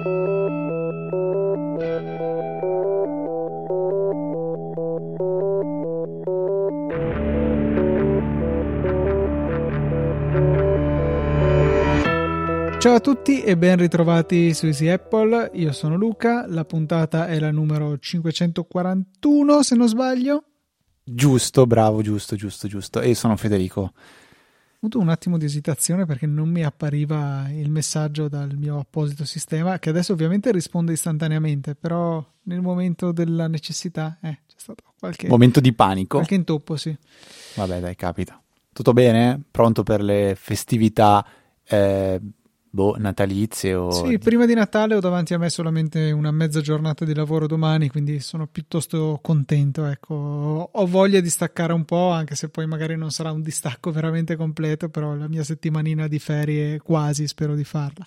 Ciao a tutti e ben ritrovati su Easy Apple, io sono Luca, la puntata è la numero 541 se non sbaglio. Giusto, bravo, giusto, e sono Federico. Ho avuto un attimo di esitazione perché non mi appariva il messaggio dal mio apposito sistema, che adesso ovviamente risponde istantaneamente, però nel momento della necessità c'è stato qualche momento di panico, qualche intoppo, sì. Vabbè, dai, capita. Tutto bene? Pronto per le festività natalizie o... Sì, prima di Natale ho davanti a me solamente una mezza giornata di lavoro domani, quindi sono piuttosto contento, ecco. Ho voglia di staccare un po', anche se poi magari non sarà un distacco veramente completo, però la mia settimanina di ferie quasi spero di farla.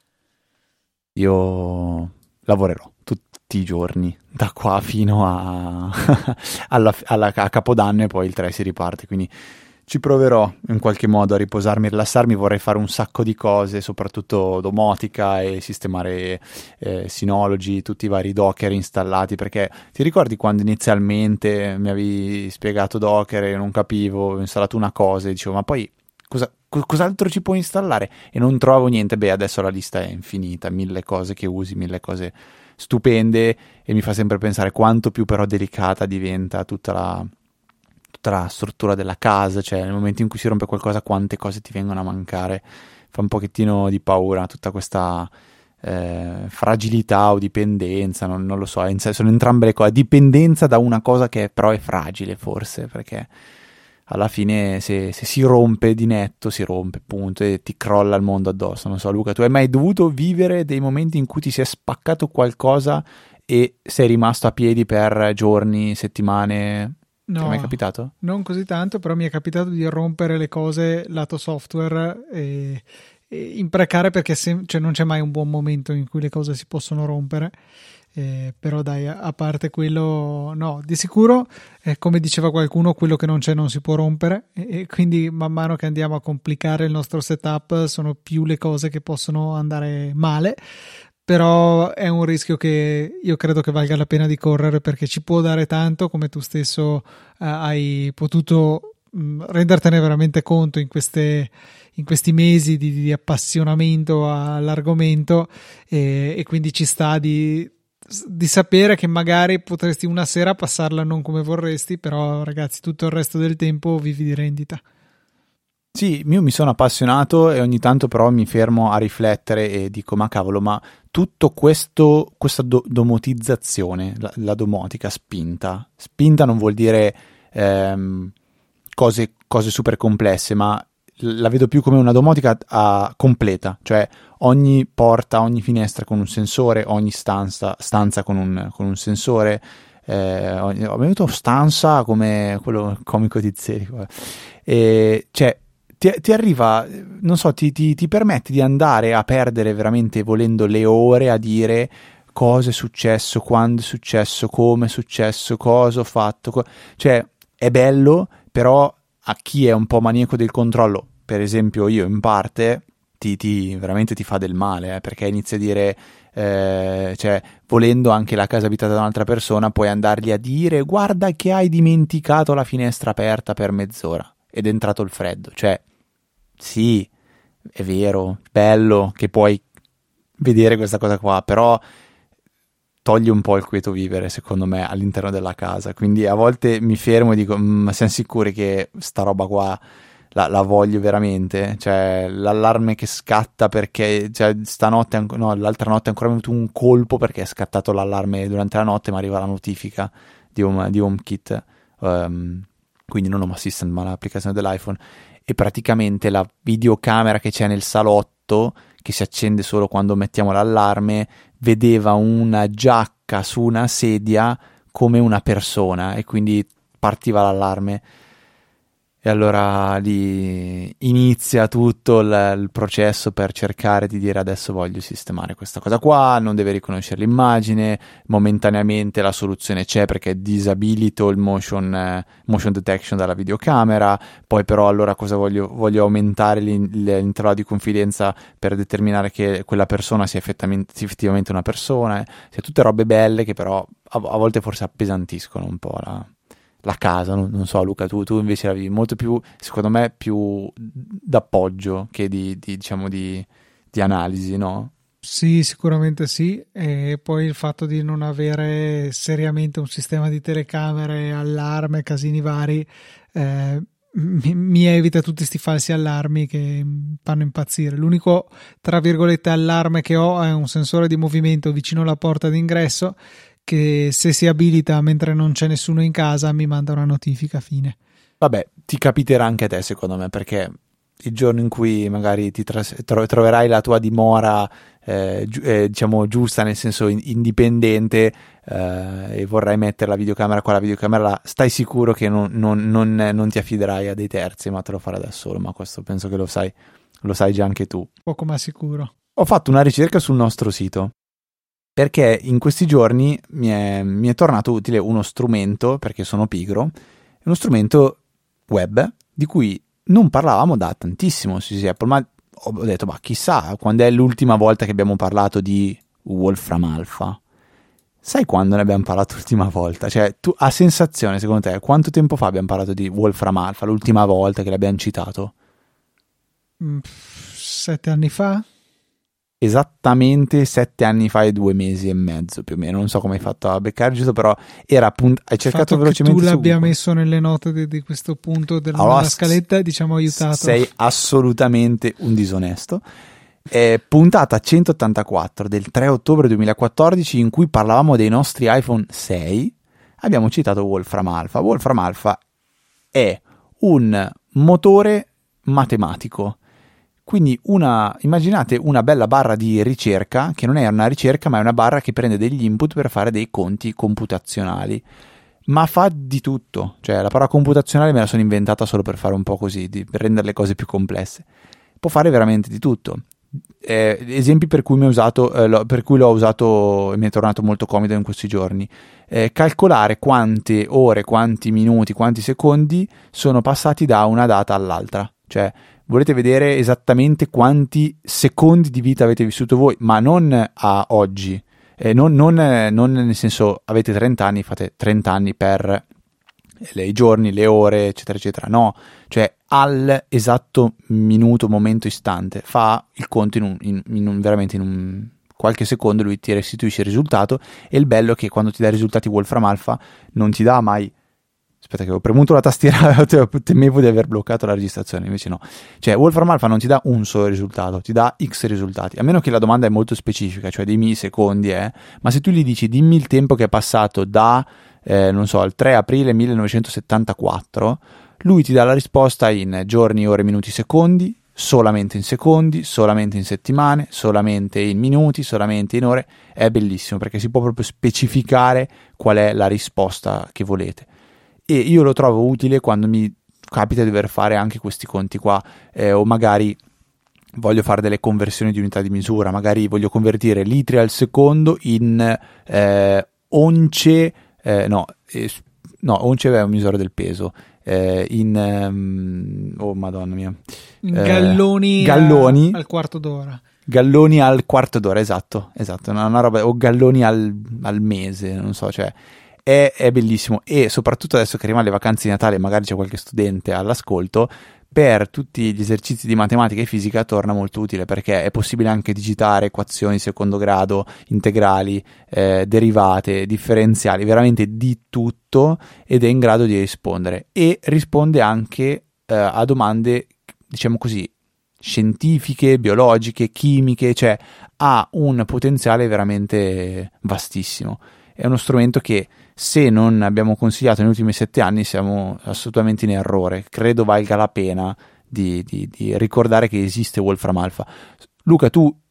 Io lavorerò tutti i giorni da qua fino a Capodanno e poi il 3 si riparte, quindi ci proverò in qualche modo a riposarmi, rilassarmi. Vorrei fare un sacco di cose, soprattutto domotica e sistemare Synology, tutti i vari Docker installati, perché ti ricordi quando inizialmente mi avevi spiegato Docker e non capivo, ho installato una cosa e dicevo ma poi cos'altro ci puoi installare? E non trovo niente. Beh, adesso la lista è infinita, 1000 cose che usi, 1000 cose stupende, e mi fa sempre pensare quanto più però delicata diventa tutta la struttura della casa, cioè nel momento in cui si rompe qualcosa quante cose ti vengono a mancare. Fa un pochettino di paura tutta questa fragilità o dipendenza, non lo so, sono entrambe le cose, dipendenza da una cosa che però è fragile forse, perché alla fine se si rompe di netto, si rompe, punto, e ti crolla il mondo addosso. Non so, Luca, tu hai mai dovuto vivere dei momenti in cui ti si è spaccato qualcosa e sei rimasto a piedi per giorni, settimane? No, ti è mai capitato? Non così tanto, però mi è capitato di rompere le cose lato software e imprecare, perché cioè non c'è mai un buon momento in cui le cose si possono rompere. Però dai, a parte quello, no, di sicuro, come diceva qualcuno, quello che non c'è non si può rompere, e quindi man mano che andiamo a complicare il nostro setup sono più le cose che possono andare male. Però è un rischio che io credo che valga la pena di correre, perché ci può dare tanto, come tu stesso hai potuto rendertene veramente conto in questi mesi di appassionamento all'argomento, e quindi ci sta di sapere che magari potresti una sera passarla non come vorresti, però ragazzi, tutto il resto del tempo vivi di rendita. Sì, io mi sono appassionato e ogni tanto però mi fermo a riflettere e dico ma cavolo, ma tutto questa domotizzazione, la domotica spinta non vuol dire cose super complesse, ma la vedo più come una domotica completa, cioè ogni porta, ogni finestra con un sensore, ogni stanza con un sensore. Ho venuto stanza come quello comico di Zeri, e cioè ti arriva, non so, ti permette di andare a perdere veramente, volendo, le ore a dire cosa è successo, quando è successo, come è successo, cosa ho fatto. Cioè è bello, però a chi è un po' maniaco del controllo, per esempio io in parte, veramente ti fa del male, perché inizi a dire cioè volendo anche la casa abitata da un'altra persona puoi andargli a dire guarda che hai dimenticato la finestra aperta per mezz'ora ed è entrato il freddo. Cioè sì, è vero, bello che puoi vedere questa cosa qua, però toglie un po' il quieto vivere, secondo me, all'interno della casa. Quindi a volte mi fermo e dico ma siamo sicuri che sta roba qua la voglio veramente? Cioè l'allarme che scatta perché stanotte l'altra notte ancora mi è venuto un colpo perché è scattato l'allarme durante la notte, ma arriva la notifica di HomeKit, quindi non Home Assistant ma l'applicazione dell'iPhone, e praticamente la videocamera che c'è nel salotto, che si accende solo quando mettiamo l'allarme, vedeva una giacca su una sedia come una persona, e quindi partiva l'allarme. E allora lì inizia tutto il processo per cercare di dire adesso voglio sistemare questa cosa qua, non deve riconoscere l'immagine, momentaneamente la soluzione c'è perché disabilito il motion detection dalla videocamera, poi però allora cosa voglio aumentare l'intervallo di confidenza per determinare che quella persona sia effettivamente una persona, cioè tutte robe belle che però a volte forse appesantiscono un po' la casa, non so Luca, tu invece la vivi molto più, secondo me, più d'appoggio che diciamo di analisi, no? Sì, sicuramente sì, e poi il fatto di non avere seriamente un sistema di telecamere, allarme, casini vari, mi evita tutti questi falsi allarmi che fanno impazzire. L'unico, tra virgolette, allarme che ho è un sensore di movimento vicino alla porta d'ingresso che se si abilita mentre non c'è nessuno in casa mi manda una notifica, fine. Vabbè, ti capiterà anche a te secondo me, perché il giorno in cui magari ti troverai la tua dimora diciamo giusta, nel senso indipendente, e vorrai mettere la videocamera qua, la videocamera, stai sicuro che non ti affiderai a dei terzi, ma te lo farai da solo, ma questo penso che lo sai già anche tu. Poco ma sicuro. Ho fatto una ricerca sul nostro sito, perché in questi giorni mi è tornato utile uno strumento, perché sono pigro, uno strumento web di cui non parlavamo da tantissimo su Apple, ma ho detto, ma chissà, quando è l'ultima volta che abbiamo parlato di Wolfram Alpha? Sai quando ne abbiamo parlato l'ultima volta? Cioè, tu a sensazione, secondo te, quanto tempo fa abbiamo parlato di Wolfram Alpha, l'ultima volta che l'abbiamo citato? 7 anni fa? Esattamente 7 anni fa e 2 mesi e mezzo più o meno, non so come hai fatto a beccare giusto, però era appunto, hai cercato velocemente tu l'abbia messo nelle note di questo punto della scaletta, diciamo, aiutato. Sei assolutamente un disonesto. Puntata 184 del 3 ottobre 2014, in cui parlavamo dei nostri iPhone 6, abbiamo citato Wolfram Alpha. Wolfram Alpha è un motore matematico. Quindi immaginate una bella barra di ricerca, che non è una ricerca ma è una barra che prende degli input per fare dei conti computazionali, ma fa di tutto. Cioè la parola computazionale me la sono inventata solo per fare un po' così, per rendere le cose più complesse. Può fare veramente di tutto. Esempi per cui l'ho usato e mi è tornato molto comodo in questi giorni. Calcolare quante ore, quanti minuti, quanti secondi sono passati da una data all'altra. Cioè volete vedere esattamente quanti secondi di vita avete vissuto voi, ma non a oggi, non nel senso avete 30 anni, fate 30 anni per i giorni, le ore, eccetera, eccetera, no, cioè al esatto minuto, momento, istante, fa il conto veramente in un qualche secondo, lui ti restituisce il risultato, e il bello è che quando ti dà i risultati Wolfram Alpha non ti dà mai... Aspetta che ho premuto la tastiera, temevo di aver bloccato la registrazione, invece no. Cioè Wolfram Alpha non ti dà un solo risultato, ti dà X risultati, a meno che la domanda è molto specifica, cioè dei millisecondi, ma se tu gli dici dimmi il tempo che è passato da, non so, il 3 aprile 1974, lui ti dà la risposta in giorni, ore, minuti, secondi, solamente in settimane, solamente in minuti, solamente in ore. È bellissimo perché si può proprio specificare qual è la risposta che volete. E io lo trovo utile quando mi capita di dover fare anche questi conti qua, o magari voglio fare delle conversioni di unità di misura, magari voglio convertire litri al secondo in once, once è un misura del peso, oh madonna mia, in galloni al quarto d'ora. Galloni al quarto d'ora, esatto, una roba, o galloni al mese, non so, cioè è bellissimo. E soprattutto adesso che arrivano le vacanze di Natale, magari c'è qualche studente all'ascolto, per tutti gli esercizi di matematica e fisica torna molto utile, perché è possibile anche digitare equazioni di secondo grado, integrali, derivate, differenziali, veramente di tutto, ed è in grado di rispondere, e risponde anche a domande, diciamo così, scientifiche, biologiche, chimiche, cioè ha un potenziale veramente vastissimo. È uno strumento che, se non abbiamo consigliato negli ultimi 7 anni, siamo assolutamente in errore. Credo valga la pena di ricordare che esiste Wolfram Alpha. Luca, tu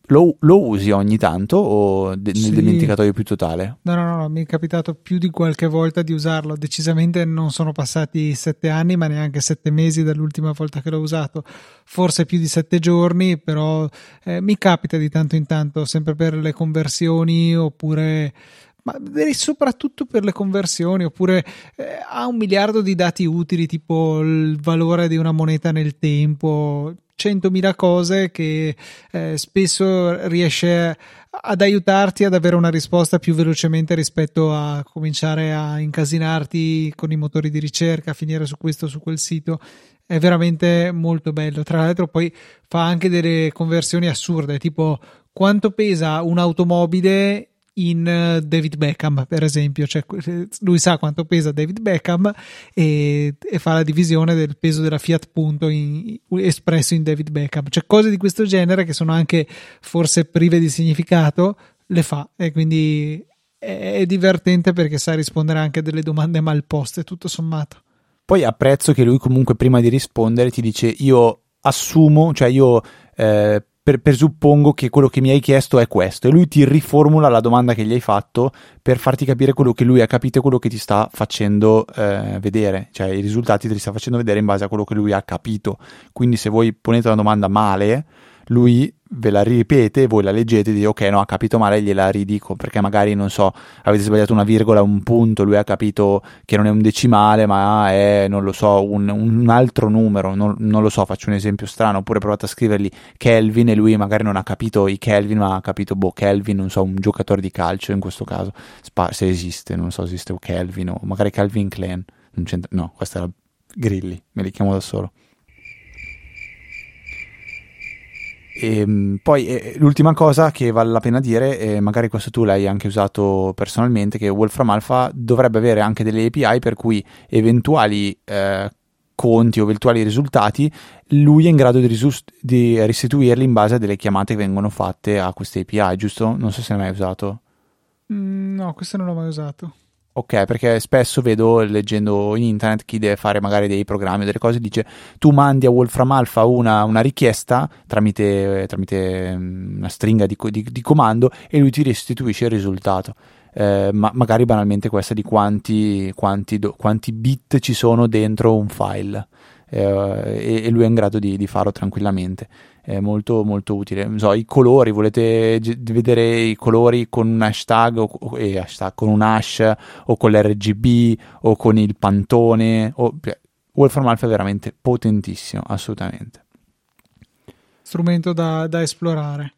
lo usi ogni tanto o nel Sì. dimenticatoio più totale? No, mi è capitato più di qualche volta di usarlo. Decisamente non sono passati 7 anni, ma neanche 7 mesi dall'ultima volta che l'ho usato. Forse più di 7 giorni, però mi capita di tanto in tanto, sempre per le conversioni oppure. Ma soprattutto per le conversioni, oppure ha 1 miliardo di dati utili, tipo il valore di una moneta nel tempo, 100.000 cose che spesso riesce ad aiutarti ad avere una risposta più velocemente rispetto a cominciare a incasinarti con i motori di ricerca, a finire su questo o su quel sito. È veramente molto bello. Tra l'altro poi fa anche delle conversioni assurde, tipo quanto pesa un'automobile in David Beckham, per esempio. Cioè, lui sa quanto pesa David Beckham e fa la divisione del peso della Fiat Punto espresso in David Beckham. Cioè, cose di questo genere che sono anche forse prive di significato, le fa, e quindi è divertente perché sa rispondere anche a delle domande mal poste, tutto sommato. Poi apprezzo che lui comunque prima di rispondere ti dice io assumo, cioè io presuppongo che quello che mi hai chiesto è questo, e lui ti riformula la domanda che gli hai fatto per farti capire quello che lui ha capito e quello che ti sta facendo vedere, cioè i risultati te li sta facendo vedere in base a quello che lui ha capito. Quindi se voi ponete una domanda male, lui ve la ripete, voi la leggete e dite ok, no, ha capito male, gliela ridico, perché magari, non so, avete sbagliato una virgola, un punto, lui ha capito che non è un decimale ma è, non lo so, un altro numero, non lo so, faccio un esempio strano, oppure provate a scrivergli Kelvin e lui magari non ha capito i Kelvin ma ha capito Kelvin, non so, un giocatore di calcio in questo caso, se esiste, non so se esiste Kelvin o magari Calvin Klein, non c'entra, no, questa era Grilli, me li chiamo da solo. E poi l'ultima cosa che vale la pena dire, e magari questo tu l'hai anche usato personalmente, che Wolfram Alpha dovrebbe avere anche delle API per cui eventuali conti o eventuali risultati lui è in grado di restituirli in base a delle chiamate che vengono fatte a queste API, giusto? Non so se ne hai mai usato. No, questo non l'ho mai usato. Ok, perché spesso vedo, leggendo in internet, chi deve fare magari dei programmi o delle cose, dice tu mandi a Wolfram Alpha una richiesta tramite una stringa di comando e lui ti restituisce il risultato. Ma magari banalmente questa di quanti bit ci sono dentro un file, e lui è in grado di farlo tranquillamente. È molto molto utile. Non so, i colori, volete vedere i colori con un hashtag con un hash o con l'RGB o con il Pantone Wolfram Alpha è veramente potentissimo, assolutamente. Strumento da esplorare.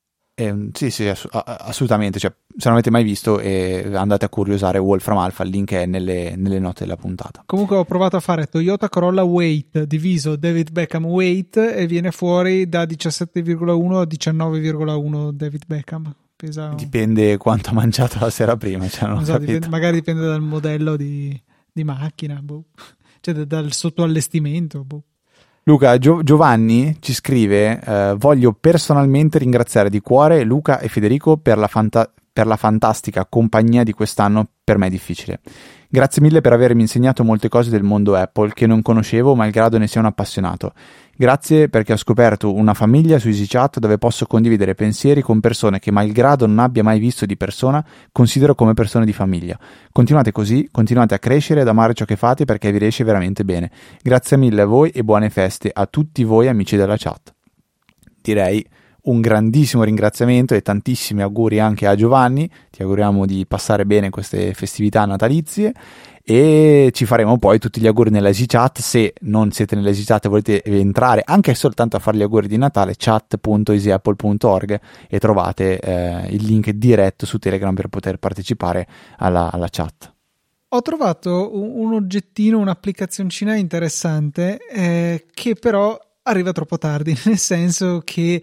Sì, assolutamente. Cioè, se non avete mai visto, andate a curiosare Wolfram Alpha, il link è nelle note della puntata. Comunque ho provato a fare Toyota Corolla Weight diviso David Beckham Weight e viene fuori da 17,1 a 19,1 David Beckham. Pesa dipende quanto ha mangiato la sera prima, cioè non ho capito. Magari dipende dal modello di macchina, cioè dal sottoallestimento. Luca, Giovanni ci scrive voglio personalmente ringraziare di cuore Luca e Federico per la fantastica compagnia di quest'anno per me difficile. Grazie mille per avermi insegnato molte cose del mondo Apple che non conoscevo malgrado ne sia un appassionato. Grazie perché ho scoperto una famiglia su EasyChat dove posso condividere pensieri con persone che malgrado non abbia mai visto di persona considero come persone di famiglia. Continuate così, continuate a crescere ed amare ciò che fate perché vi riesce veramente bene. Grazie mille a voi e buone feste a tutti voi amici della chat. Direi un grandissimo ringraziamento e tantissimi auguri anche a Giovanni. Ti auguriamo di passare bene queste festività natalizie e ci faremo poi tutti gli auguri nella EasyChat. Se non siete nella EasyChat e volete entrare anche soltanto a fare gli auguri di Natale, chat.easyapple.org e trovate il link diretto su Telegram per poter partecipare alla chat. Ho trovato un oggettino, un'applicazioncina interessante che però arriva troppo tardi, nel senso che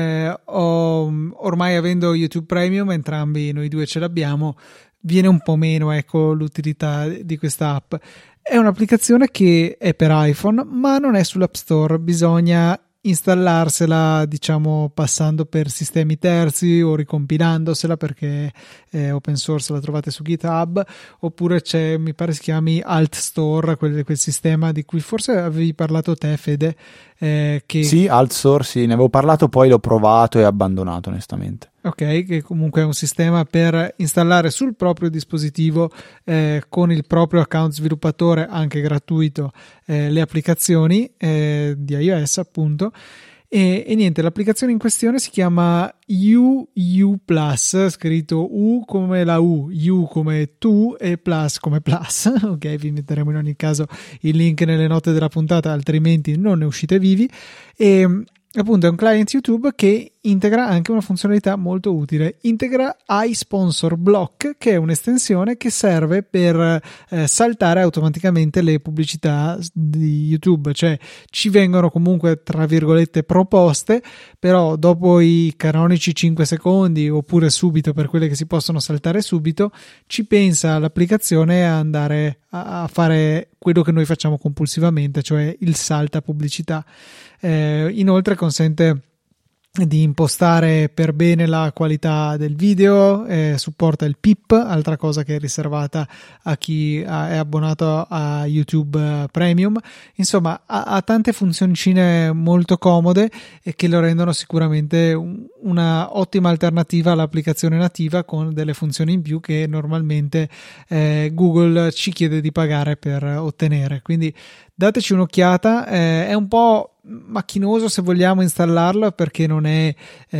ormai avendo YouTube Premium, entrambi noi due ce l'abbiamo, viene un po' meno, ecco, l'utilità di questa app. È un'applicazione che è per iPhone ma non è sull'App Store, bisogna installarsela, diciamo, passando per sistemi terzi o ricompilandosela perché è open source, la trovate su GitHub, oppure c'è, mi pare si chiami Alt Store, quel sistema di cui forse avevi parlato te, Fede, che... Sì, AltStore, sì, ne avevo parlato, poi l'ho provato e abbandonato onestamente. Ok, che comunque è un sistema per installare sul proprio dispositivo con il proprio account sviluppatore, anche gratuito, le applicazioni di iOS appunto. E niente, l'applicazione in questione si chiama UU Plus, scritto U come la U come tu e Plus come Plus. Ok, vi metteremo in ogni caso il link nelle note della puntata, altrimenti non ne uscite vivi. E appunto è un client YouTube che integra anche una funzionalità molto utile. Integra iSponsor Block, che è un'estensione che serve per saltare automaticamente le pubblicità di YouTube, cioè ci vengono comunque tra virgolette proposte, però dopo i canonici 5 secondi oppure subito, per quelle che si possono saltare subito, ci pensa l'applicazione a andare a fare quello che noi facciamo compulsivamente, cioè il salta pubblicità. Inoltre consente di impostare per bene la qualità del video, supporta il PIP, altra cosa che è riservata a chi è abbonato a YouTube Premium. Insomma, ha tante funzioncine molto comode e che lo rendono sicuramente una ottima alternativa all'applicazione nativa, con delle funzioni in più che normalmente Google ci chiede di pagare per ottenere. Quindi dateci un'occhiata, è un po' macchinoso se vogliamo installarlo, perché non è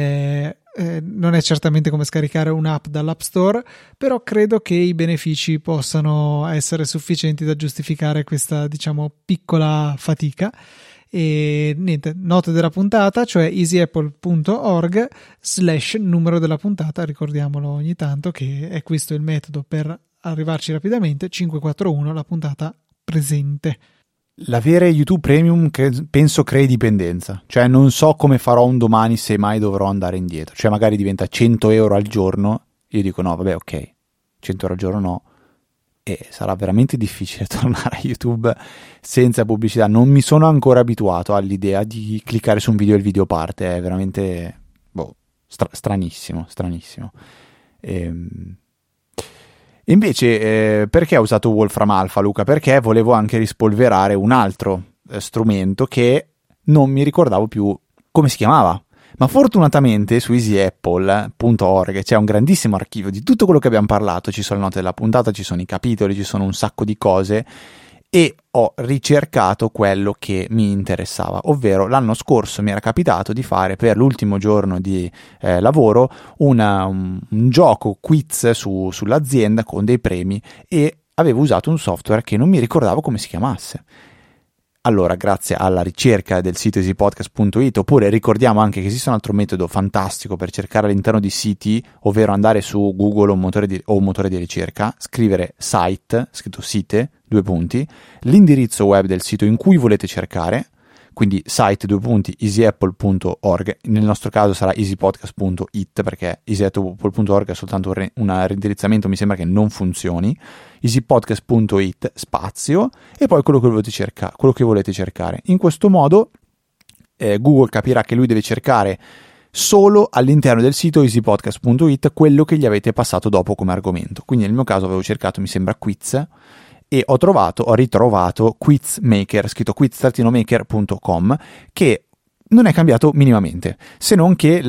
certamente come scaricare un'app dall'App Store, però credo che i benefici possano essere sufficienti da giustificare questa, diciamo, piccola fatica. E niente, note della puntata, cioè easyapple.org/numero della puntata, ricordiamolo ogni tanto che è questo il metodo per arrivarci rapidamente, 541 la puntata presente. L'avere YouTube Premium penso crei dipendenza, cioè non so come farò un domani se mai dovrò andare indietro, cioè magari diventa 100 euro al giorno, io dico no vabbè ok, 100 euro al giorno no, e sarà veramente difficile tornare a YouTube senza pubblicità. Non mi sono ancora abituato all'idea di cliccare su un video e il video parte, è veramente stranissimo. Invece perché ho usato Wolfram Alpha, Luca? Perché volevo anche rispolverare un altro strumento che non mi ricordavo più come si chiamava, ma fortunatamente su easyapple.org c'è un grandissimo archivio di tutto quello che abbiamo parlato, ci sono le note della puntata, ci sono i capitoli, ci sono un sacco di cose, e ho ricercato quello che mi interessava, ovvero l'anno scorso mi era capitato di fare per l'ultimo giorno di lavoro un gioco quiz sull'azienda con dei premi, e avevo usato un software che non mi ricordavo come si chiamasse. Allora, grazie alla ricerca del sito easypodcast.it, oppure ricordiamo anche che esiste un altro metodo fantastico per cercare all'interno di siti, ovvero andare su Google o un motore di ricerca, scrivere site, scritto site, 2 punti, l'indirizzo web del sito in cui volete cercare, quindi site, 2 punti, easyapple.org, nel nostro caso sarà easypodcast.it, perché easyapple.org è soltanto un reindirizzamento, mi sembra che non funzioni, easypodcast.it spazio, e poi quello che volete cercare. In questo modo Google capirà che lui deve cercare solo all'interno del sito easypodcast.it quello che gli avete passato dopo come argomento. Quindi nel mio caso avevo cercato, mi sembra, quiz, e ho ritrovato Quizmaker, scritto quiz-maker.com, che non è cambiato minimamente, se non che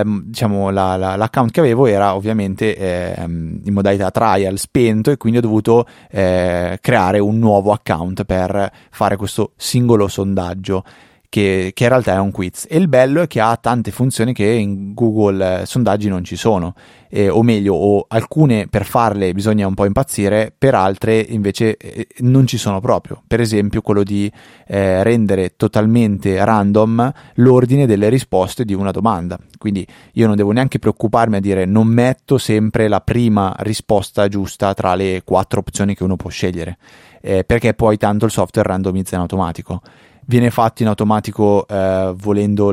l'account che avevo era ovviamente in modalità trial spento, e quindi ho dovuto creare un nuovo account per fare questo singolo sondaggio che in realtà è un quiz. E il bello è che ha tante funzioni che in Google sondaggi non ci sono, o meglio, o alcune per farle bisogna un po' impazzire, per altre invece non ci sono proprio. Per esempio quello di rendere totalmente random l'ordine delle risposte di una domanda, quindi io non devo neanche preoccuparmi a dire non metto sempre la prima risposta giusta tra le 4 opzioni che uno può scegliere, perché poi tanto il software randomizza in automatico. Viene fatto in automatico volendo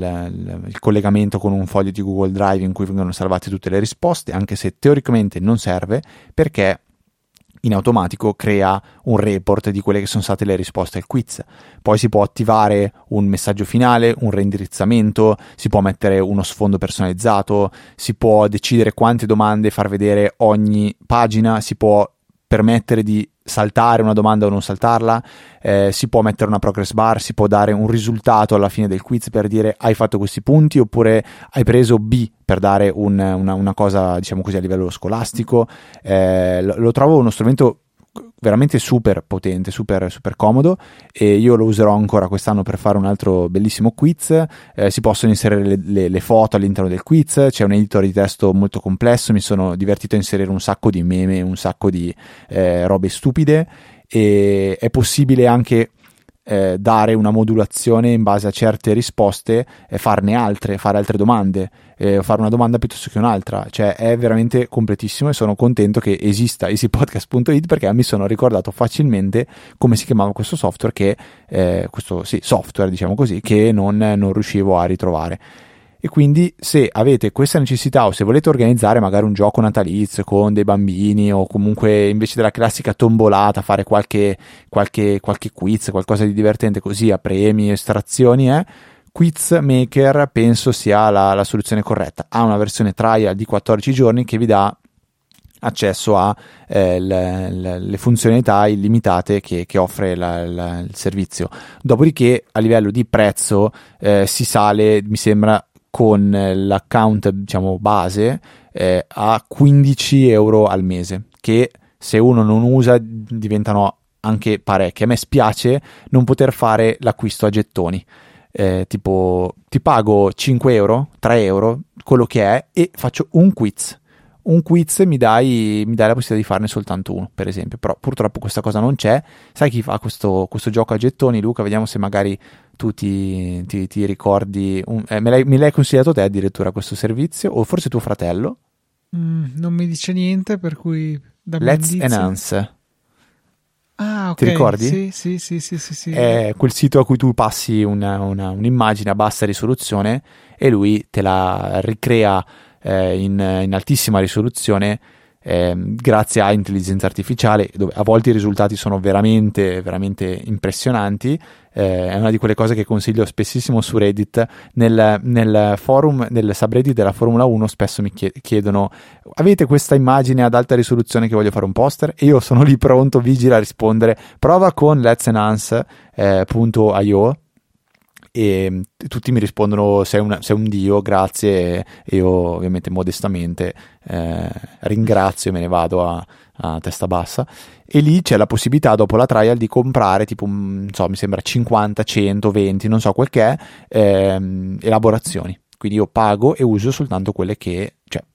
il collegamento con un foglio di Google Drive in cui vengono salvate tutte le risposte, anche se teoricamente non serve, perché in automatico crea un report di quelle che sono state le risposte al quiz. Poi si può attivare un messaggio finale, un reindirizzamento, si può mettere uno sfondo personalizzato, si può decidere quante domande far vedere ogni pagina, si può permettere di saltare una domanda o non saltarla, si può mettere una progress bar, si può dare un risultato alla fine del quiz per dire hai fatto questi punti, oppure hai preso B per dare una cosa, diciamo così, a livello scolastico. Lo trovo uno strumento veramente super potente, super, super comodo, e io lo userò ancora quest'anno per fare un altro bellissimo quiz. Si possono inserire le foto all'interno del quiz, c'è un editor di testo molto complesso, mi sono divertito a inserire un sacco di meme, un sacco di robe stupide, e è possibile anche dare una modulazione in base a certe risposte e fare altre domande, fare una domanda piuttosto che un'altra. Cioè è veramente completissimo, e sono contento che esista easypodcast.it, perché mi sono ricordato facilmente come si chiamava questo software, software, diciamo così, che non riuscivo a ritrovare. E quindi se avete questa necessità, o se volete organizzare magari un gioco natalizio con dei bambini, o comunque invece della classica tombolata fare qualche quiz, qualcosa di divertente così a premi, estrazioni, Quizmaker penso sia la soluzione corretta. Ha una versione trial di 14 giorni che vi dà accesso a le funzionalità illimitate che offre il servizio. Dopodiché a livello di prezzo si sale, mi sembra, con l'account, diciamo, base a 15 euro al mese, che se uno non usa diventano anche parecchi. A me spiace non poter fare l'acquisto a gettoni, tipo ti pago 5 euro, 3 euro, quello che è, e faccio un quiz, mi dai la possibilità di farne soltanto uno, per esempio. Però purtroppo questa cosa non c'è. Sai chi fa questo gioco a gettoni, Luca? Vediamo se magari tu ti ricordi. Me l'hai consigliato te addirittura questo servizio, o forse tuo fratello? Non mi dice niente, per cui Let's Enhance. Ah, ok. Ti ricordi? Sì. È quel sito a cui tu passi un'immagine a bassa risoluzione e lui te la ricrea in altissima risoluzione, grazie a intelligenza artificiale, dove a volte i risultati sono veramente, veramente impressionanti. È una di quelle cose che consiglio spessissimo su Reddit. Nel forum, nel subreddit della Formula 1, spesso mi chiedono: avete questa immagine ad alta risoluzione che voglio fare un poster? E io sono lì pronto, vigile a rispondere: prova con let'senhance.io. E tutti mi rispondono: sei un dio, grazie. E io ovviamente modestamente ringrazio e me ne vado a testa bassa. E lì c'è la possibilità, dopo la trial, di comprare tipo, mi sembra 50, 100, 20, non so quel che è, elaborazioni. Quindi io pago e uso soltanto quelle che,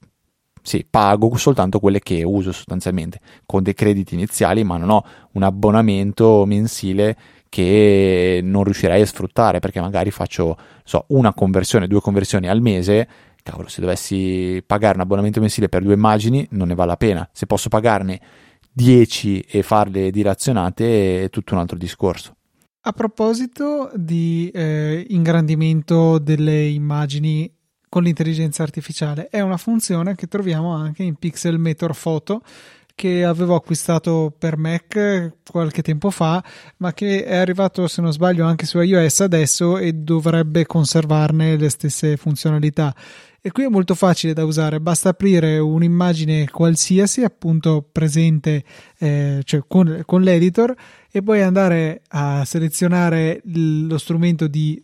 pago soltanto quelle che uso sostanzialmente, con dei crediti iniziali, ma non ho un abbonamento mensile che non riuscirei a sfruttare, perché magari faccio una conversione, 2 conversioni al mese. Cavolo, se dovessi pagare un abbonamento mensile per 2 immagini non ne vale la pena. Se posso pagarne 10 e farle dilazionate è tutto un altro discorso. A proposito di ingrandimento delle immagini con l'intelligenza artificiale, è una funzione che troviamo anche in Pixelmator Photo, che avevo acquistato per Mac qualche tempo fa, ma che è arrivato, se non sbaglio, anche su iOS adesso, e dovrebbe conservarne le stesse funzionalità. E qui è molto facile da usare, basta aprire un'immagine qualsiasi, appunto presente con l'editor, e poi andare a selezionare lo strumento di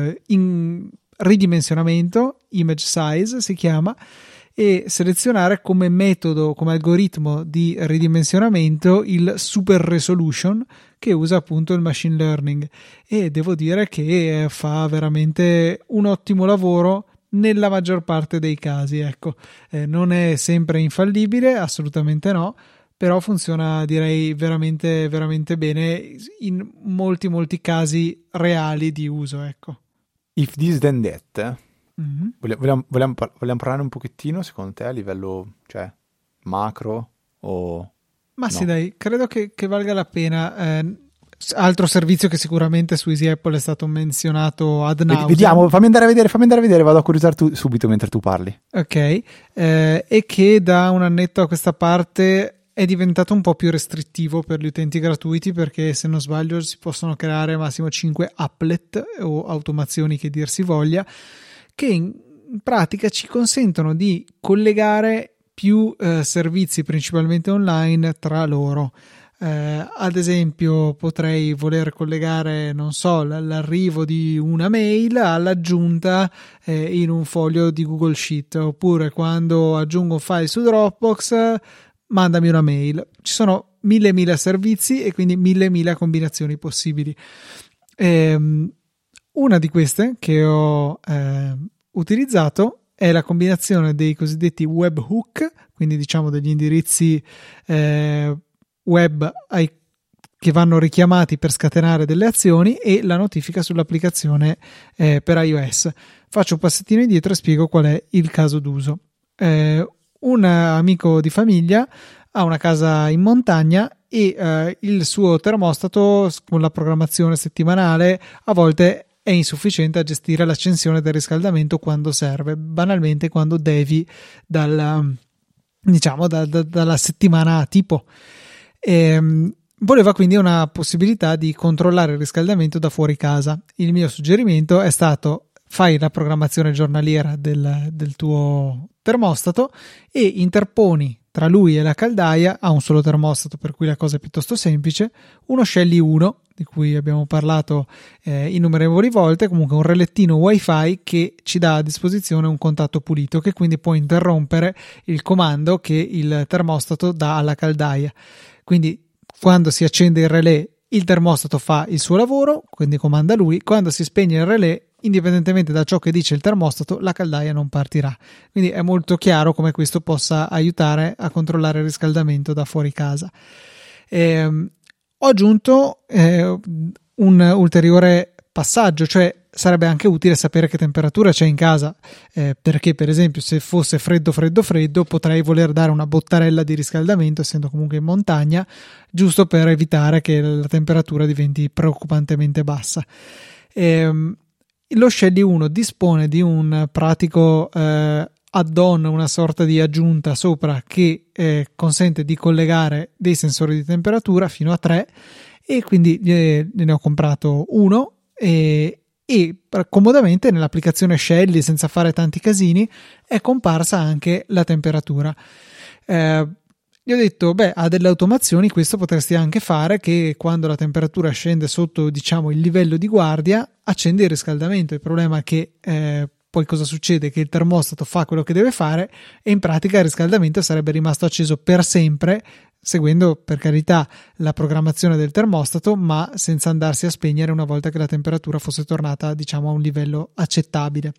ridimensionamento, image size si chiama, e selezionare come metodo, come algoritmo di ridimensionamento il super resolution, che usa appunto il machine learning, e devo dire che fa veramente un ottimo lavoro nella maggior parte dei casi. Ecco, non è sempre infallibile, assolutamente no, però funziona, direi, veramente veramente bene in molti casi reali di uso. Ecco. If this then that. Vogliamo parlare un pochettino, secondo te, a livello macro o... Ma no? Sì, dai, credo che valga la pena. Altro servizio che sicuramente su Easy Apple è stato menzionato ad nauseam. Vediamo, fammi andare a vedere, vado a curiosare subito mentre tu parli. Ok, e che da un annetto a questa parte è diventato un po' più restrittivo per gli utenti gratuiti, perché se non sbaglio si possono creare massimo 5 applet o automazioni che dir si voglia, che in pratica ci consentono di collegare più servizi principalmente online tra loro. Ad esempio potrei voler collegare, non so, l'arrivo di una mail all'aggiunta in un foglio di Google Sheet, oppure quando aggiungo un file su Dropbox mandami una mail. Ci sono mille servizi e quindi mille combinazioni possibili. Una di queste che ho utilizzato è la combinazione dei cosiddetti webhook, quindi diciamo degli indirizzi web che vanno richiamati per scatenare delle azioni, e la notifica sull'applicazione per iOS. Faccio un passettino indietro e spiego qual è il caso d'uso. Un amico di famiglia ha una casa in montagna e il suo termostato con la programmazione settimanale a volte è insufficiente a gestire l'accensione del riscaldamento quando serve, banalmente quando devi dalla settimana tipo. Voleva quindi una possibilità di controllare il riscaldamento da fuori casa. Il mio suggerimento è stato: fai la programmazione giornaliera del tuo termostato e interponi tra lui e la caldaia. Ha un solo termostato, per cui la cosa è piuttosto semplice, uno Shelly 1 di cui abbiamo parlato innumerevoli volte, comunque un relettino wifi che ci dà a disposizione un contatto pulito, che quindi può interrompere il comando che il termostato dà alla caldaia. Quindi quando si accende il relè il termostato fa il suo lavoro, quindi comanda lui. Quando si spegne il relè, indipendentemente da ciò che dice il termostato, la caldaia non partirà. Quindi è molto chiaro come questo possa aiutare a controllare il riscaldamento da fuori casa. Ho aggiunto un ulteriore passaggio, cioè sarebbe anche utile sapere che temperatura c'è in casa, perché per esempio se fosse freddo potrei voler dare una bottarella di riscaldamento, essendo comunque in montagna, giusto per evitare che la temperatura diventi preoccupantemente bassa. Lo Shelly 1 dispone di un pratico add-on, una sorta di aggiunta sopra che consente di collegare dei sensori di temperatura fino a 3, e quindi ne ho comprato uno e comodamente nell'applicazione Shelly, senza fare tanti casini, è comparsa anche la temperatura. Gli ho detto, ha delle automazioni, questo potresti anche fare, che quando la temperatura scende sotto il livello di guardia accende il riscaldamento. Il problema è che poi cosa succede? Che il termostato fa quello che deve fare e in pratica il riscaldamento sarebbe rimasto acceso per sempre, seguendo per carità la programmazione del termostato, ma senza andarsi a spegnere una volta che la temperatura fosse tornata a un livello accettabile.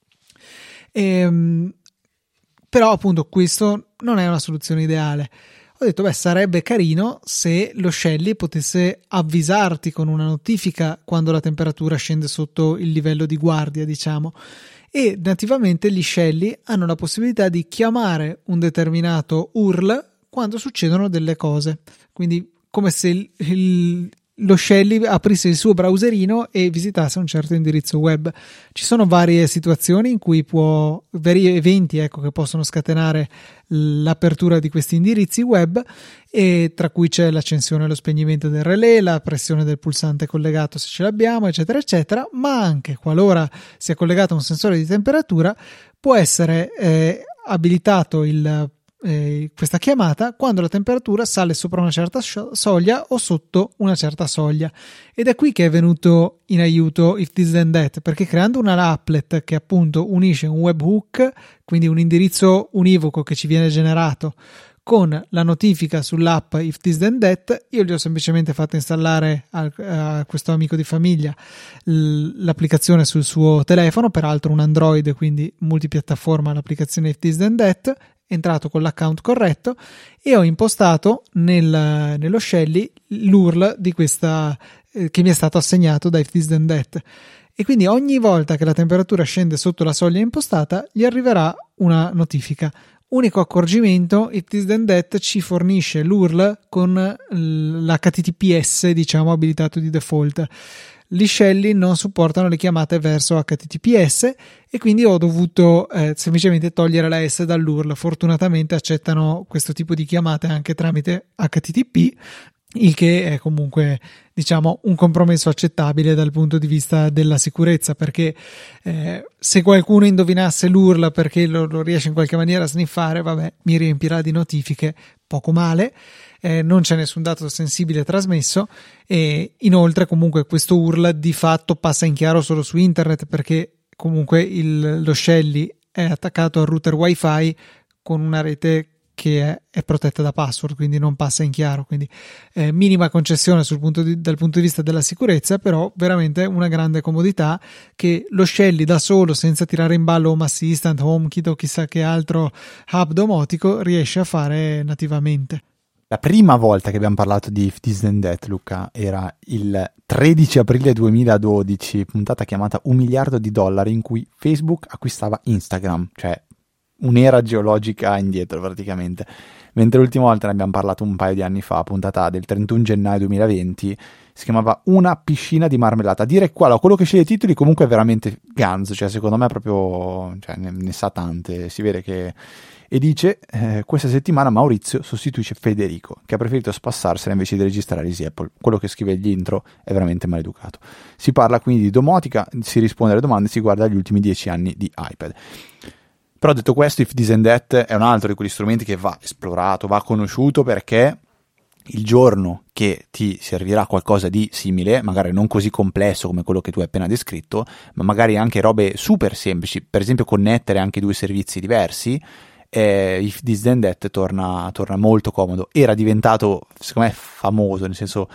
Però appunto questo non è una soluzione ideale. Ho detto sarebbe carino se lo Shelly potesse avvisarti con una notifica quando la temperatura scende sotto il livello di guardia, e nativamente gli Shelly hanno la possibilità di chiamare un determinato URL quando succedono delle cose, quindi come se lo Shelly aprisse il suo browserino e visitasse un certo indirizzo web. Ci sono varie situazioni in cui vari eventi che possono scatenare l'apertura di questi indirizzi web, e tra cui c'è l'accensione e lo spegnimento del relè, la pressione del pulsante collegato se ce l'abbiamo, eccetera eccetera, ma anche qualora sia collegato a un sensore di temperatura può essere abilitato questa chiamata quando la temperatura sale sopra una certa soglia o sotto una certa soglia. Ed è qui che è venuto in aiuto If This Then That, perché creando una applet che appunto unisce un webhook, quindi un indirizzo univoco che ci viene generato, con la notifica sull'app If This Then That, io gli ho semplicemente fatto installare a questo amico di famiglia l'applicazione sul suo telefono, peraltro un Android, quindi multipiattaforma, l'applicazione If This Then That, entrato con l'account corretto, e ho impostato nello Shelly l'URL di questa che mi è stato assegnato da If This Then That, e quindi ogni volta che la temperatura scende sotto la soglia impostata gli arriverà una notifica. Unico accorgimento: If This Then That ci fornisce l'URL con l'HTTPS abilitato di default. Gli Shelly non supportano le chiamate verso HTTPS e quindi ho dovuto semplicemente togliere la S dall'URL. Fortunatamente accettano questo tipo di chiamate anche tramite HTTP, il che è comunque, diciamo, un compromesso accettabile dal punto di vista della sicurezza, perché se qualcuno indovinasse l'URL perché lo riesce in qualche maniera a sniffare, vabbè, mi riempirà di notifiche, poco male. Non c'è nessun dato sensibile trasmesso, e inoltre comunque questo URL di fatto passa in chiaro solo su internet, perché comunque lo Shelly è attaccato al router wifi con una rete che è protetta da password, quindi non passa in chiaro, quindi minima concessione dal punto di vista della sicurezza, però veramente una grande comodità che lo Shelly da solo, senza tirare in ballo Home Assistant, HomeKit o chissà che altro hub domotico, riesce a fare nativamente. La prima volta che abbiamo parlato di If This Then That, Luca, era il 13 aprile 2012, puntata chiamata $1 miliardo, in cui Facebook acquistava Instagram, cioè un'era geologica indietro praticamente. Mentre l'ultima volta ne abbiamo parlato un paio di anni fa, puntata del 31 gennaio 2020, si chiamava Una piscina di marmellata. A dire qua, quello che sceglie i titoli comunque è veramente ganzo, cioè secondo me è proprio, cioè, ne sa tante, si vede che... E dice, questa settimana Maurizio sostituisce Federico, che ha preferito spassarsela invece di registrare Easy Apple. Quello che scrive gli intro è veramente maleducato. Si parla quindi di domotica, si risponde alle domande, si guarda gli ultimi 10 anni di iPad. Però detto questo, If This and That è un altro di quegli strumenti che va esplorato, va conosciuto, perché il giorno che ti servirà qualcosa di simile, magari non così complesso come quello che tu hai appena descritto, ma magari anche robe super semplici, per esempio connettere anche due servizi diversi, If This Then That torna molto comodo. Era diventato, secondo me, famoso, nel senso,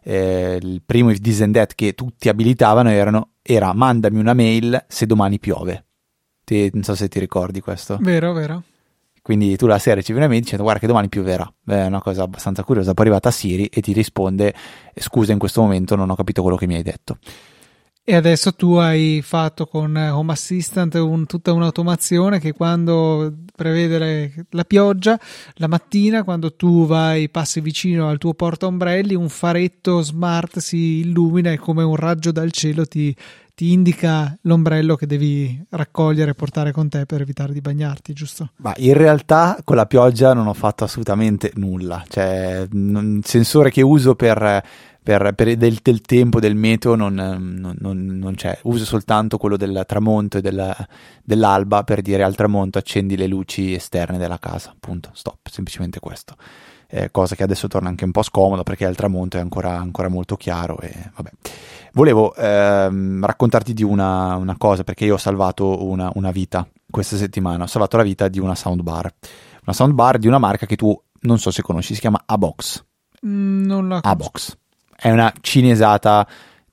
il primo If This Then That che tutti abilitavano era mandami una mail se domani piove. Non so se ti ricordi questo. Vero. Quindi tu la sera ricevi una mail dicendo guarda che domani pioverà. È una cosa abbastanza curiosa. Poi è arrivata Siri e ti risponde scusa, in questo momento non ho capito quello che mi hai detto. E adesso tu hai fatto con Home Assistant tutta un'automazione che quando prevede la pioggia, la mattina quando tu passi vicino al tuo portaombrelli, un faretto smart si illumina e come un raggio dal cielo ti indica l'ombrello che devi raccogliere e portare con te per evitare di bagnarti, giusto? Ma in realtà con la pioggia non ho fatto assolutamente nulla. Cioè, il sensore che uso per del tempo, del meteo non c'è, uso soltanto quello del tramonto e dell'alba per dire al tramonto accendi le luci esterne della casa, punto, stop, semplicemente questo. Cosa che adesso torna anche un po' scomoda perché al tramonto è ancora molto chiaro e vabbè. Volevo raccontarti di una cosa, perché io ho salvato una vita questa settimana, ho salvato la vita di una soundbar di una marca che tu non so se conosci, si chiama Abox. Non la conosco. Abox è una cinesata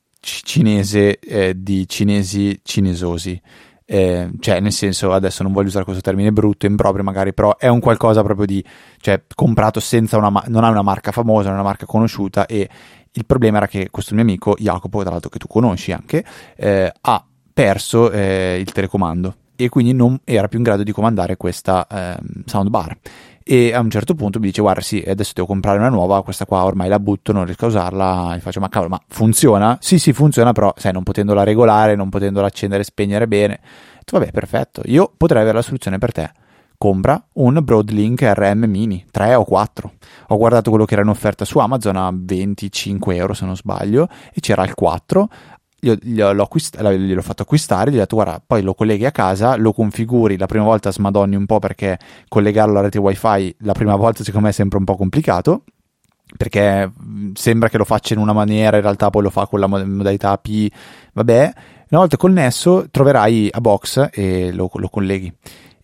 cinese di cinesi cinesosi, cioè nel senso, adesso non voglio usare questo termine brutto, improprio magari, però è un qualcosa proprio di, cioè comprato senza non ha una marca famosa, non è una marca conosciuta, e il problema era che questo mio amico Jacopo, tra l'altro che tu conosci anche, ha perso il telecomando e quindi non era più in grado di comandare questa soundbar. E a un certo punto mi dice guarda sì, adesso devo comprare una nuova, questa qua ormai la butto, non riesco a usarla. E faccio ma cavolo, ma funziona? Sì funziona, però sai, non potendola regolare, non potendola accendere e spegnere bene. Ho detto, vabbè, perfetto, io potrei avere la soluzione per te. Compra un Broadlink RM Mini 3 o 4. Ho guardato quello che era in offerta su Amazon a 25 euro se non sbaglio, e c'era il 4. Gliel'ho fatto acquistare, gli ho detto guarda, poi lo colleghi a casa, lo configuri, la prima volta smadonni un po' perché collegarlo alla rete wifi la prima volta secondo me è sempre un po' complicato, perché sembra che lo faccia in una maniera, in realtà poi lo fa con la modalità AP. Vabbè, una volta connesso troverai a box e lo colleghi,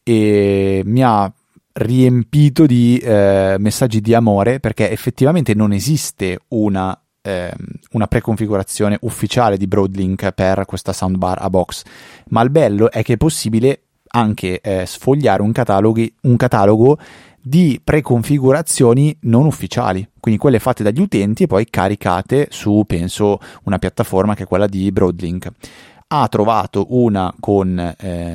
e mi ha riempito di messaggi di amore, perché effettivamente non esiste una preconfigurazione ufficiale di Broadlink per questa soundbar a box, ma il bello è che è possibile anche sfogliare un catalogo di preconfigurazioni non ufficiali, quindi quelle fatte dagli utenti e poi caricate su, penso, una piattaforma che è quella di Broadlink. ha trovato una con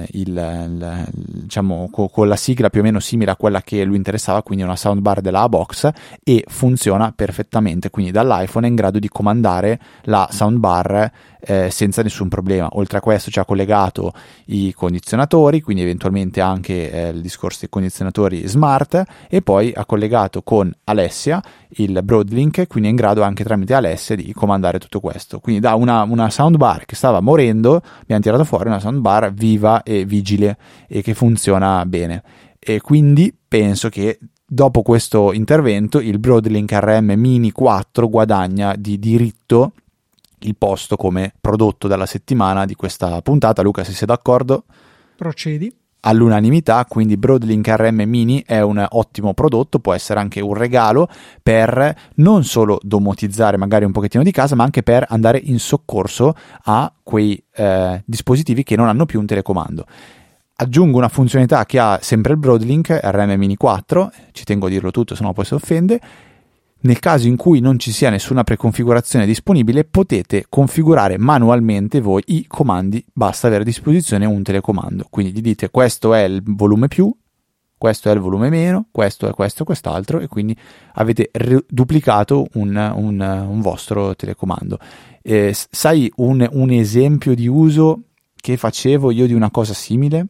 diciamo con la sigla più o meno simile a quella che lui interessava, quindi una soundbar della A-Box, e funziona perfettamente, quindi dall'iPhone è in grado di comandare la soundbar senza nessun problema. Oltre a questo ci ha collegato i condizionatori, quindi eventualmente anche il discorso dei condizionatori smart, e poi ha collegato con Alessia il Broadlink, quindi è in grado anche tramite Alessia di comandare tutto questo. Quindi da una soundbar che stava morendo abbiamo tirato fuori una soundbar viva e vigile e che funziona bene, e quindi penso che dopo questo intervento il Broadlink RM Mini 4 guadagna di diritto il posto come prodotto della settimana di questa puntata. Luca, se sei d'accordo, procedi. All'unanimità, quindi Broadlink RM Mini è un ottimo prodotto, può essere anche un regalo per non solo domotizzare magari un pochettino di casa, ma anche per andare in soccorso a quei dispositivi che non hanno più un telecomando. Aggiungo una funzionalità che ha sempre il Broadlink RM Mini 4, ci tengo a dirlo tutto, sennò poi si offende. Nel caso in cui non ci sia nessuna preconfigurazione disponibile, potete configurare manualmente voi i comandi, basta avere a disposizione un telecomando. Quindi gli dite: questo è il volume più, questo è il volume meno, questo è questo, quest'altro, e quindi avete duplicato un vostro telecomando. Sai un esempio di uso che facevo io di una cosa simile?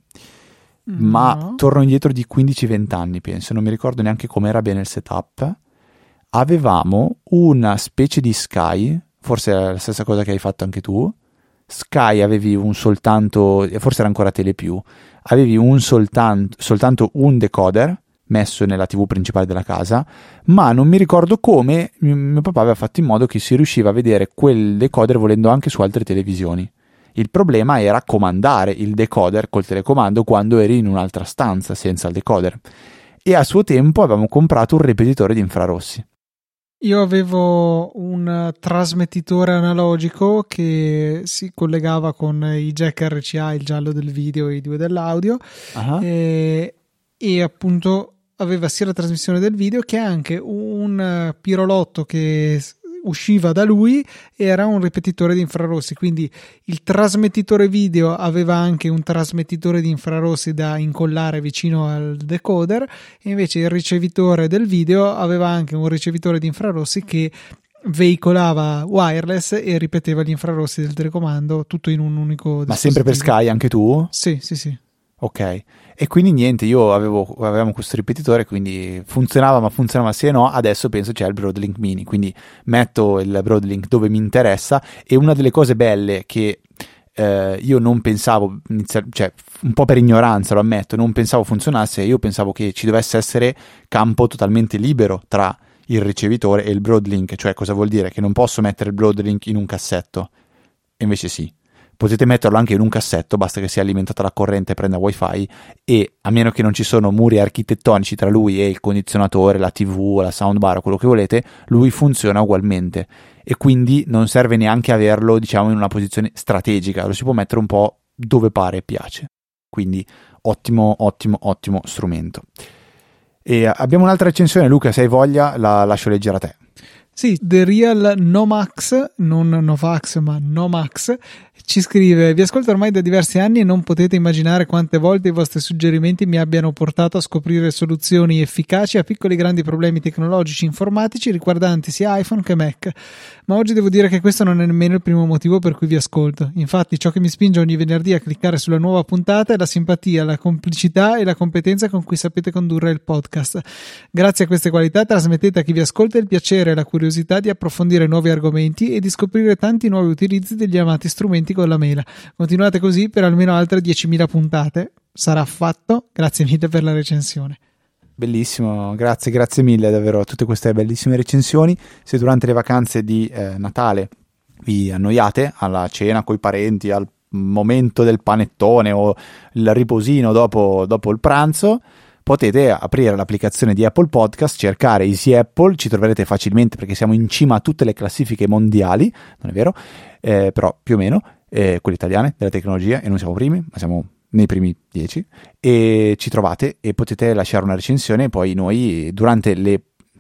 Ma torno indietro di 15-20 anni, penso, non mi ricordo neanche com'era bene il setup. Avevamo una specie di Sky, forse è la stessa cosa che hai fatto anche tu. Sky avevi soltanto, forse era ancora Telepiù, avevi soltanto un decoder messo nella TV principale della casa, ma non mi ricordo come mio papà aveva fatto in modo che si riusciva a vedere quel decoder volendo anche su altre televisioni. Il problema era comandare il decoder col telecomando quando eri in un'altra stanza senza il decoder. E a suo tempo avevamo comprato un ripetitore di infrarossi. Io avevo un trasmettitore analogico che si collegava con i jack RCA, il giallo del video e i due dell'audio, e appunto aveva sia la trasmissione del video che anche un pirolotto che usciva da lui, era un ripetitore di infrarossi, quindi il trasmettitore video aveva anche un trasmettitore di infrarossi da incollare vicino al decoder, e invece il ricevitore del video aveva anche un ricevitore di infrarossi che veicolava wireless e ripeteva gli infrarossi del telecomando, tutto in un unico dispositivo. Ma sempre per Sky anche tu? Sì. Ok, e quindi niente, avevamo questo ripetitore, quindi funzionava sì e no. Adesso penso c'è il Broadlink Mini, quindi metto il Broadlink dove mi interessa. E una delle cose belle che io non pensavo, cioè un po' per ignoranza lo ammetto, non pensavo funzionasse. Io pensavo che ci dovesse essere campo totalmente libero tra il ricevitore e il Broadlink. Cioè, cosa vuol dire? Che non posso mettere il Broadlink in un cassetto, e invece sì. Potete metterlo anche in un cassetto, basta che sia alimentata la corrente e prenda wifi, e a meno che non ci sono muri architettonici tra lui e il condizionatore, la TV, la soundbar o quello che volete, lui funziona ugualmente, e quindi non serve neanche averlo, diciamo, in una posizione strategica, lo si può mettere un po' dove pare e piace. Quindi ottimo strumento. E abbiamo un'altra recensione, Luca, se hai voglia la lascio leggere a te. Sì, The Real Nomax, non Novax ma Nomax, ci scrive: vi ascolto ormai da diversi anni e non potete immaginare quante volte i vostri suggerimenti mi abbiano portato a scoprire soluzioni efficaci a piccoli e grandi problemi tecnologici informatici riguardanti sia iPhone che Mac. Ma oggi devo dire che questo non è nemmeno il primo motivo per cui vi ascolto. Infatti ciò che mi spinge ogni venerdì a cliccare sulla nuova puntata è la simpatia, la complicità e la competenza con cui sapete condurre il podcast. Grazie a queste qualità trasmettete a chi vi ascolta il piacere e la curiosità di approfondire nuovi argomenti e di scoprire tanti nuovi utilizzi degli amati strumenti con la mela. Continuate così per almeno altre 10.000 puntate. Sarà fatto. Grazie mille per la recensione. Bellissimo, grazie mille davvero a tutte queste bellissime recensioni. Se durante le vacanze di Natale vi annoiate alla cena coi parenti, al momento del panettone o il riposino dopo il pranzo, potete aprire l'applicazione di Apple Podcast, cercare Easy Apple, ci troverete facilmente perché siamo in cima a tutte le classifiche mondiali, non è vero? Però più o meno, quelle italiane della tecnologia, e non siamo primi, ma siamo nei primi 10, e ci trovate e potete lasciare una recensione, e poi noi durante le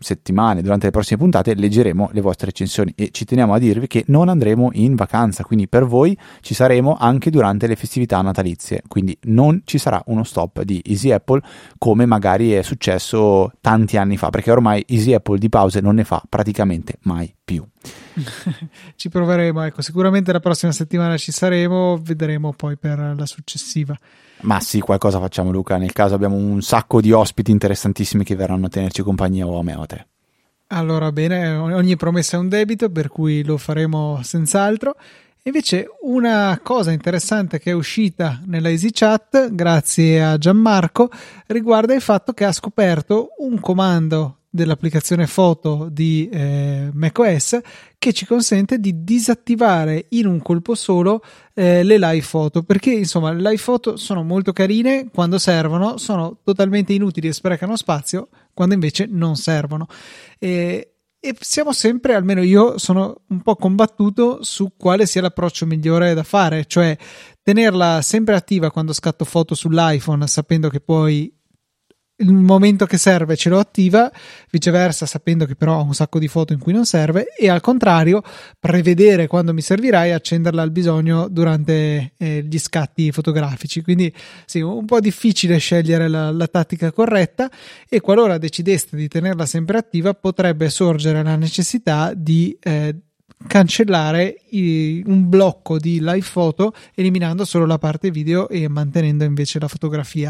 settimane, durante le prossime puntate, leggeremo le vostre recensioni e ci teniamo a dirvi che non andremo in vacanza, quindi per voi ci saremo anche durante le festività natalizie, quindi non ci sarà uno stop di Easy Apple come magari è successo tanti anni fa, perché ormai Easy Apple di pause non ne fa praticamente mai più. Ci proveremo, ecco, sicuramente la prossima settimana ci saremo, vedremo poi per la successiva. Ma sì, qualcosa facciamo, Luca, nel caso abbiamo un sacco di ospiti interessantissimi che verranno a tenerci compagnia, o a me o a te. Allora bene, ogni promessa è un debito, per cui lo faremo senz'altro. Invece una cosa interessante che è uscita nella EasyChat, grazie a Gianmarco, riguarda il fatto che ha scoperto un comando dell'applicazione foto di macOS che ci consente di disattivare in un colpo solo le live photo, perché insomma le live photo sono molto carine quando servono, sono totalmente inutili e sprecano spazio quando invece non servono. E siamo sempre, almeno io sono un po' combattuto su quale sia l'approccio migliore da fare, cioè tenerla sempre attiva quando scatto foto sull'iPhone sapendo che poi il momento che serve ce l'ho attiva, viceversa sapendo che però ho un sacco di foto in cui non serve, e al contrario prevedere quando mi servirà e accenderla al bisogno durante gli scatti fotografici. Quindi sì, un po' difficile scegliere la tattica corretta, e qualora decideste di tenerla sempre attiva potrebbe sorgere la necessità di cancellare un blocco di live photo eliminando solo la parte video e mantenendo invece la fotografia.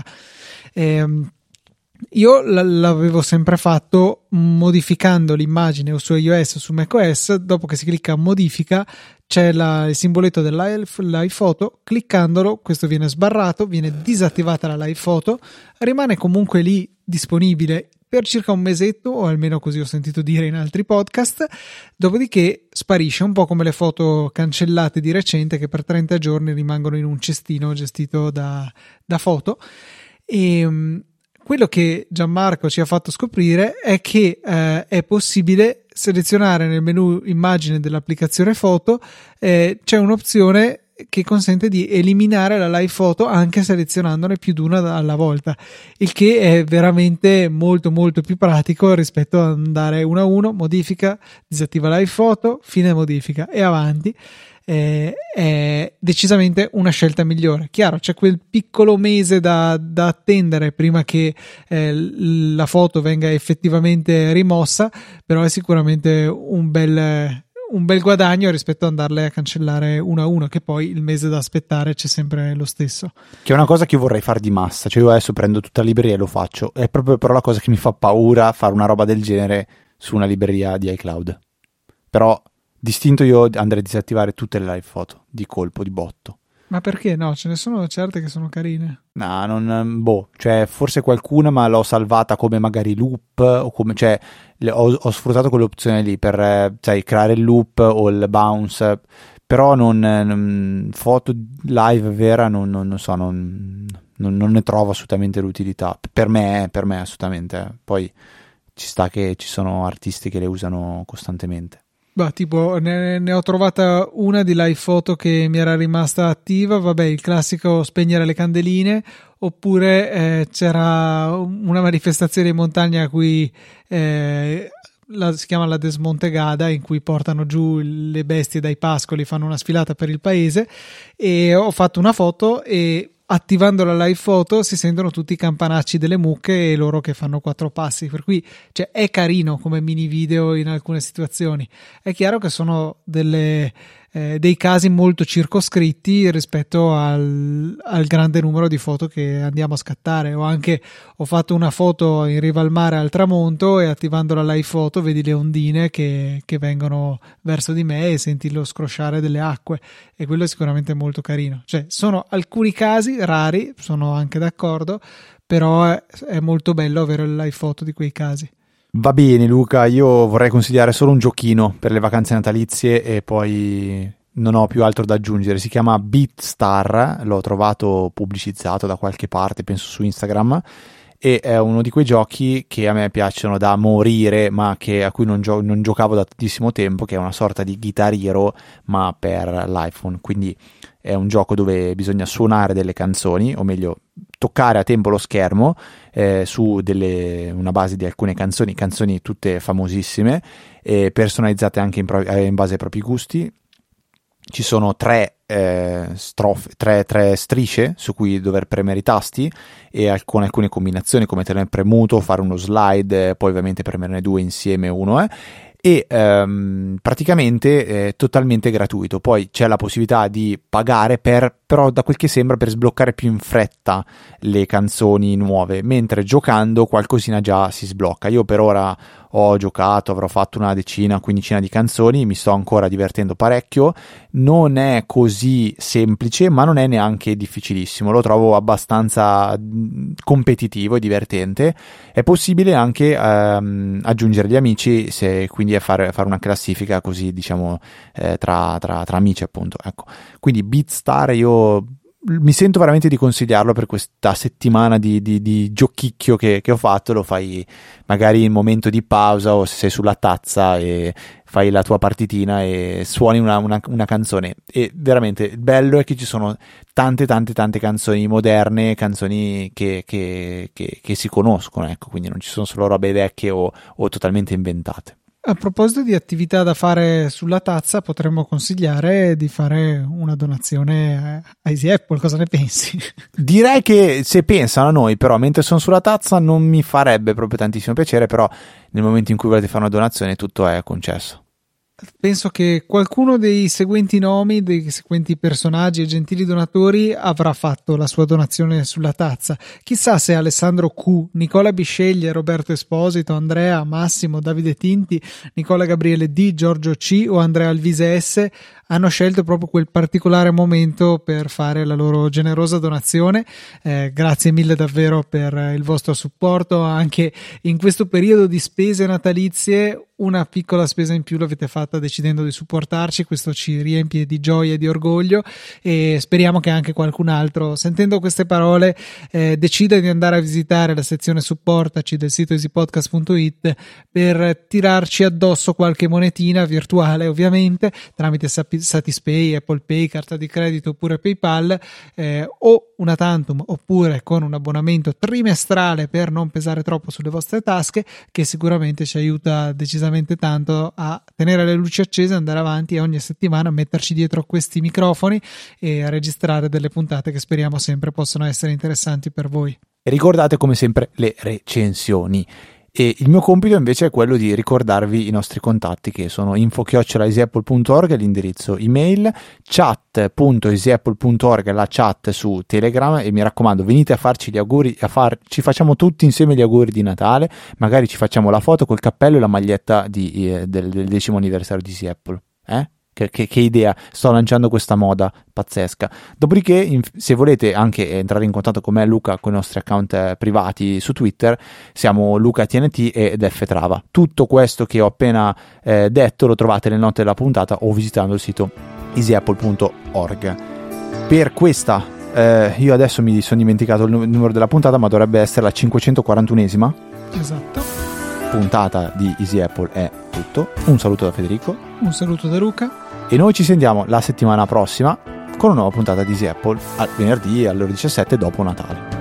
Io l'avevo sempre fatto modificando l'immagine o su iOS o su macOS. Dopo che si clicca a modifica c'è il simboletto della live photo, cliccandolo questo viene sbarrato, viene disattivata la live photo, rimane comunque lì disponibile per circa un mesetto, o almeno così ho sentito dire in altri podcast, dopodiché sparisce, un po' come le foto cancellate di recente che per 30 giorni rimangono in un cestino gestito da foto. E quello che Gianmarco ci ha fatto scoprire è che è possibile selezionare nel menu immagine dell'applicazione foto, c'è un'opzione che consente di eliminare la live photo anche selezionandone più di una alla volta, il che è veramente molto molto più pratico rispetto ad andare uno a uno, modifica, disattiva live photo, fine modifica e avanti. È decisamente una scelta migliore. Chiaro, c'è quel piccolo mese da attendere prima che la foto venga effettivamente rimossa, però è sicuramente un bel guadagno rispetto ad andarle a cancellare uno a uno, che poi il mese da aspettare c'è sempre lo stesso. Che è una cosa che io vorrei fare di massa, cioè io adesso prendo tutta la libreria e lo faccio, è proprio però la cosa che mi fa paura fare una roba del genere su una libreria di iCloud. Però distinto io andrei a disattivare tutte le live photo di colpo, di botto. Ma perché no? Ce ne sono certe che sono carine. No, non, cioè forse qualcuna, ma l'ho salvata come magari loop o come, cioè ho sfruttato quell'opzione lì per sai, creare il loop o il bounce, però non foto live vera non so, non ne trovo assolutamente l'utilità. Per me assolutamente. Poi ci sta che ci sono artisti che le usano costantemente. Bah, tipo ne ho trovata una di live photo che mi era rimasta attiva, vabbè, il classico spegnere le candeline, oppure c'era una manifestazione in montagna a cui si chiama la Desmontegada, in cui portano giù le bestie dai pascoli, fanno una sfilata per il paese, e ho fatto una foto e attivando la live photo si sentono tutti i campanacci delle mucche e loro che fanno 4 passi, per cui cioè, è carino come mini video in alcune situazioni. È chiaro che sono dei casi molto circoscritti rispetto al grande numero di foto che andiamo a scattare. Ho fatto una foto in riva al mare al tramonto e attivando la live photo vedi le ondine che vengono verso di me e senti lo scrosciare delle acque, e quello è sicuramente molto carino. Cioè sono alcuni casi rari, sono anche d'accordo, però è molto bello avere le live photo di quei casi. Va bene Luca, io vorrei consigliare solo un giochino per le vacanze natalizie e poi non ho più altro da aggiungere. Si chiama BeatStar, l'ho trovato pubblicizzato da qualche parte, penso su Instagram, e è uno di quei giochi che a me piacciono da morire, ma a cui non giocavo da tantissimo tempo, che è una sorta di Guitar Hero ma per l'iPhone. Quindi è un gioco dove bisogna suonare delle canzoni, o meglio toccare a tempo lo schermo su una base di alcune canzoni tutte famosissime, personalizzate anche in base ai propri gusti. Ci sono tre strisce su cui dover premere i tasti, e con alcune combinazioni come tenere premuto, fare uno slide, poi ovviamente premerne 2 insieme, uno e praticamente è totalmente gratuito. Poi c'è la possibilità di pagare però da quel che sembra per sbloccare più in fretta le canzoni nuove, mentre giocando qualcosina già si sblocca. Io per ora ho giocato, avrò fatto una quindicina di canzoni, mi sto ancora divertendo parecchio. Non è così semplice, ma non è neanche difficilissimo, lo trovo abbastanza competitivo e divertente. È possibile anche aggiungere gli amici, quindi fare una classifica così, diciamo, tra amici, appunto, ecco. Quindi Beatstar io mi sento veramente di consigliarlo per questa settimana di giochicchio che ho fatto. Lo fai magari in momento di pausa, o se sei sulla tazza e fai la tua partitina e suoni una canzone. E veramente il bello è che ci sono tante canzoni moderne, canzoni che si conoscono, ecco, quindi non ci sono solo robe vecchie o totalmente inventate. A proposito di attività da fare sulla tazza, potremmo consigliare di fare una donazione a Easy Apple. Cosa ne pensi? Direi che se pensano a noi, però, mentre sono sulla tazza, non mi farebbe proprio tantissimo piacere, però nel momento in cui volete fare una donazione tutto è concesso. Penso che qualcuno dei seguenti nomi, dei seguenti personaggi e gentili donatori avrà fatto la sua donazione sulla tazza. Chissà se Alessandro Q, Nicola Bisceglie, Roberto Esposito, Andrea, Massimo, Davide Tinti, Nicola Gabriele D, Giorgio C o Andrea Alvise S hanno scelto proprio quel particolare momento per fare la loro generosa donazione. Grazie mille davvero per il vostro supporto anche in questo periodo di spese natalizie. Una piccola spesa in più l'avete fatta decidendo di supportarci, questo ci riempie di gioia e di orgoglio, e speriamo che anche qualcun altro, sentendo queste parole, decida di andare a visitare la sezione supportaci del sito easypodcast.it per tirarci addosso qualche monetina virtuale, ovviamente tramite Satispay, Apple Pay, carta di credito oppure PayPal, o una tantum oppure con un abbonamento trimestrale per non pesare troppo sulle vostre tasche, che sicuramente ci aiuta decisamente tanto a tenere le luci accese, andare avanti e ogni settimana metterci dietro questi microfoni e a registrare delle puntate che speriamo sempre possano essere interessanti per voi. E ricordate come sempre le recensioni. E il mio compito invece è quello di ricordarvi i nostri contatti, che sono info@easyapple.org, l'indirizzo email, chat.easyapple.org, la chat su Telegram, e mi raccomando, venite a farci gli auguri, ci facciamo tutti insieme gli auguri di Natale, magari ci facciamo la foto col cappello e la maglietta del 10° anniversario di Easy Apple, Che idea, sto lanciando questa moda pazzesca. Dopodiché, se volete anche entrare in contatto con me e Luca con i nostri account privati su Twitter, siamo LucaTNT ed Ftrava. Tutto questo che ho appena detto lo trovate nelle note della puntata o visitando il sito easyapple.org. Per questa io adesso mi sono dimenticato il numero della puntata, ma dovrebbe essere la 541esima. Esatto. Puntata di Easy Apple è tutto. Un saluto da Federico, un saluto da Luca, e noi ci sentiamo la settimana prossima con una nuova puntata di Easy Apple, venerdì alle ore 17 dopo Natale.